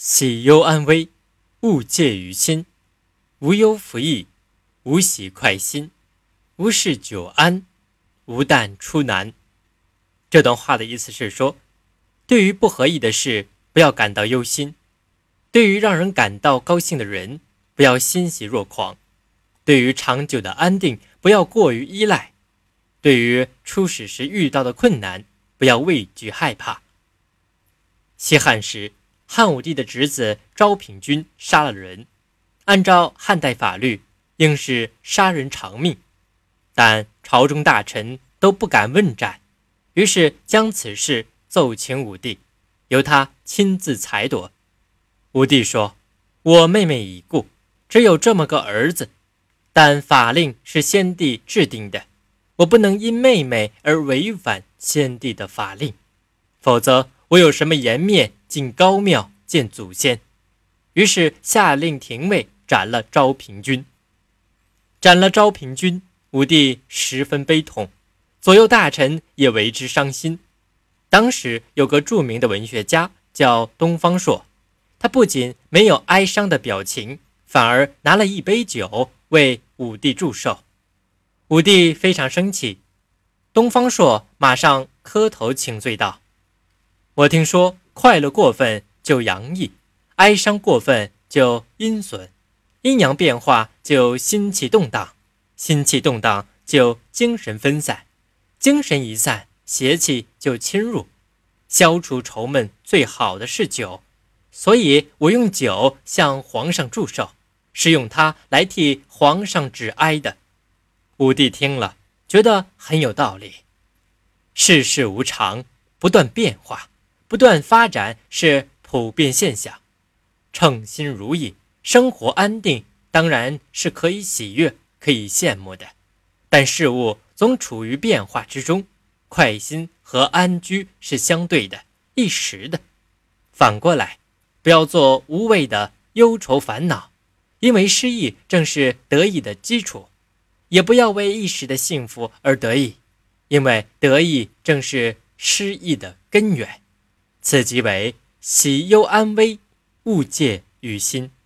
喜忧安危，勿介于心。无忧弗逸，无喜快心。无事久安，无旦出难。这段话的意思是说，对于不合意的事，不要感到忧心；对于让人感到高兴的人，不要欣喜若狂；对于长久的安定，不要过于依赖；对于初始时遇到的困难，不要畏惧害怕。西汉时，汉武帝的侄子昭平君杀了人，按照汉代法律，应是杀人偿命，但朝中大臣都不敢问斩，于是将此事奏请武帝，由他亲自裁夺。武帝说：“我妹妹已故，只有这么个儿子，但法令是先帝制定的，我不能因妹妹而违反先帝的法令，否则我有什么颜面进高庙见祖先？”于是下令廷尉斩了昭平君。斩了昭平君，武帝十分悲痛，左右大臣也为之伤心。当时有个著名的文学家叫东方朔，他不仅没有哀伤的表情，反而拿了一杯酒为武帝祝寿。武帝非常生气，东方朔马上磕头请罪道：“我听说快乐过分就阳翳，哀伤过分就阴损，阴阳变化就心气动荡，心气动荡就精神分散，精神一散，邪气就侵入。消除愁闷最好的是酒，所以我用酒向皇上祝寿，是用它来替皇上止哀的。”武帝听了，觉得很有道理。世事无常，不断变化，不断发展是普遍现象。称心如意，生活安定，当然是可以喜悦，可以羡慕的。但事物总处于变化之中，快心和安居是相对的，一时的。反过来，不要做无谓的忧愁烦恼，因为失意正是得意的基础；也不要为一时的幸福而得意，因为得意正是失意的根源。此即为喜忧安危，勿介于心。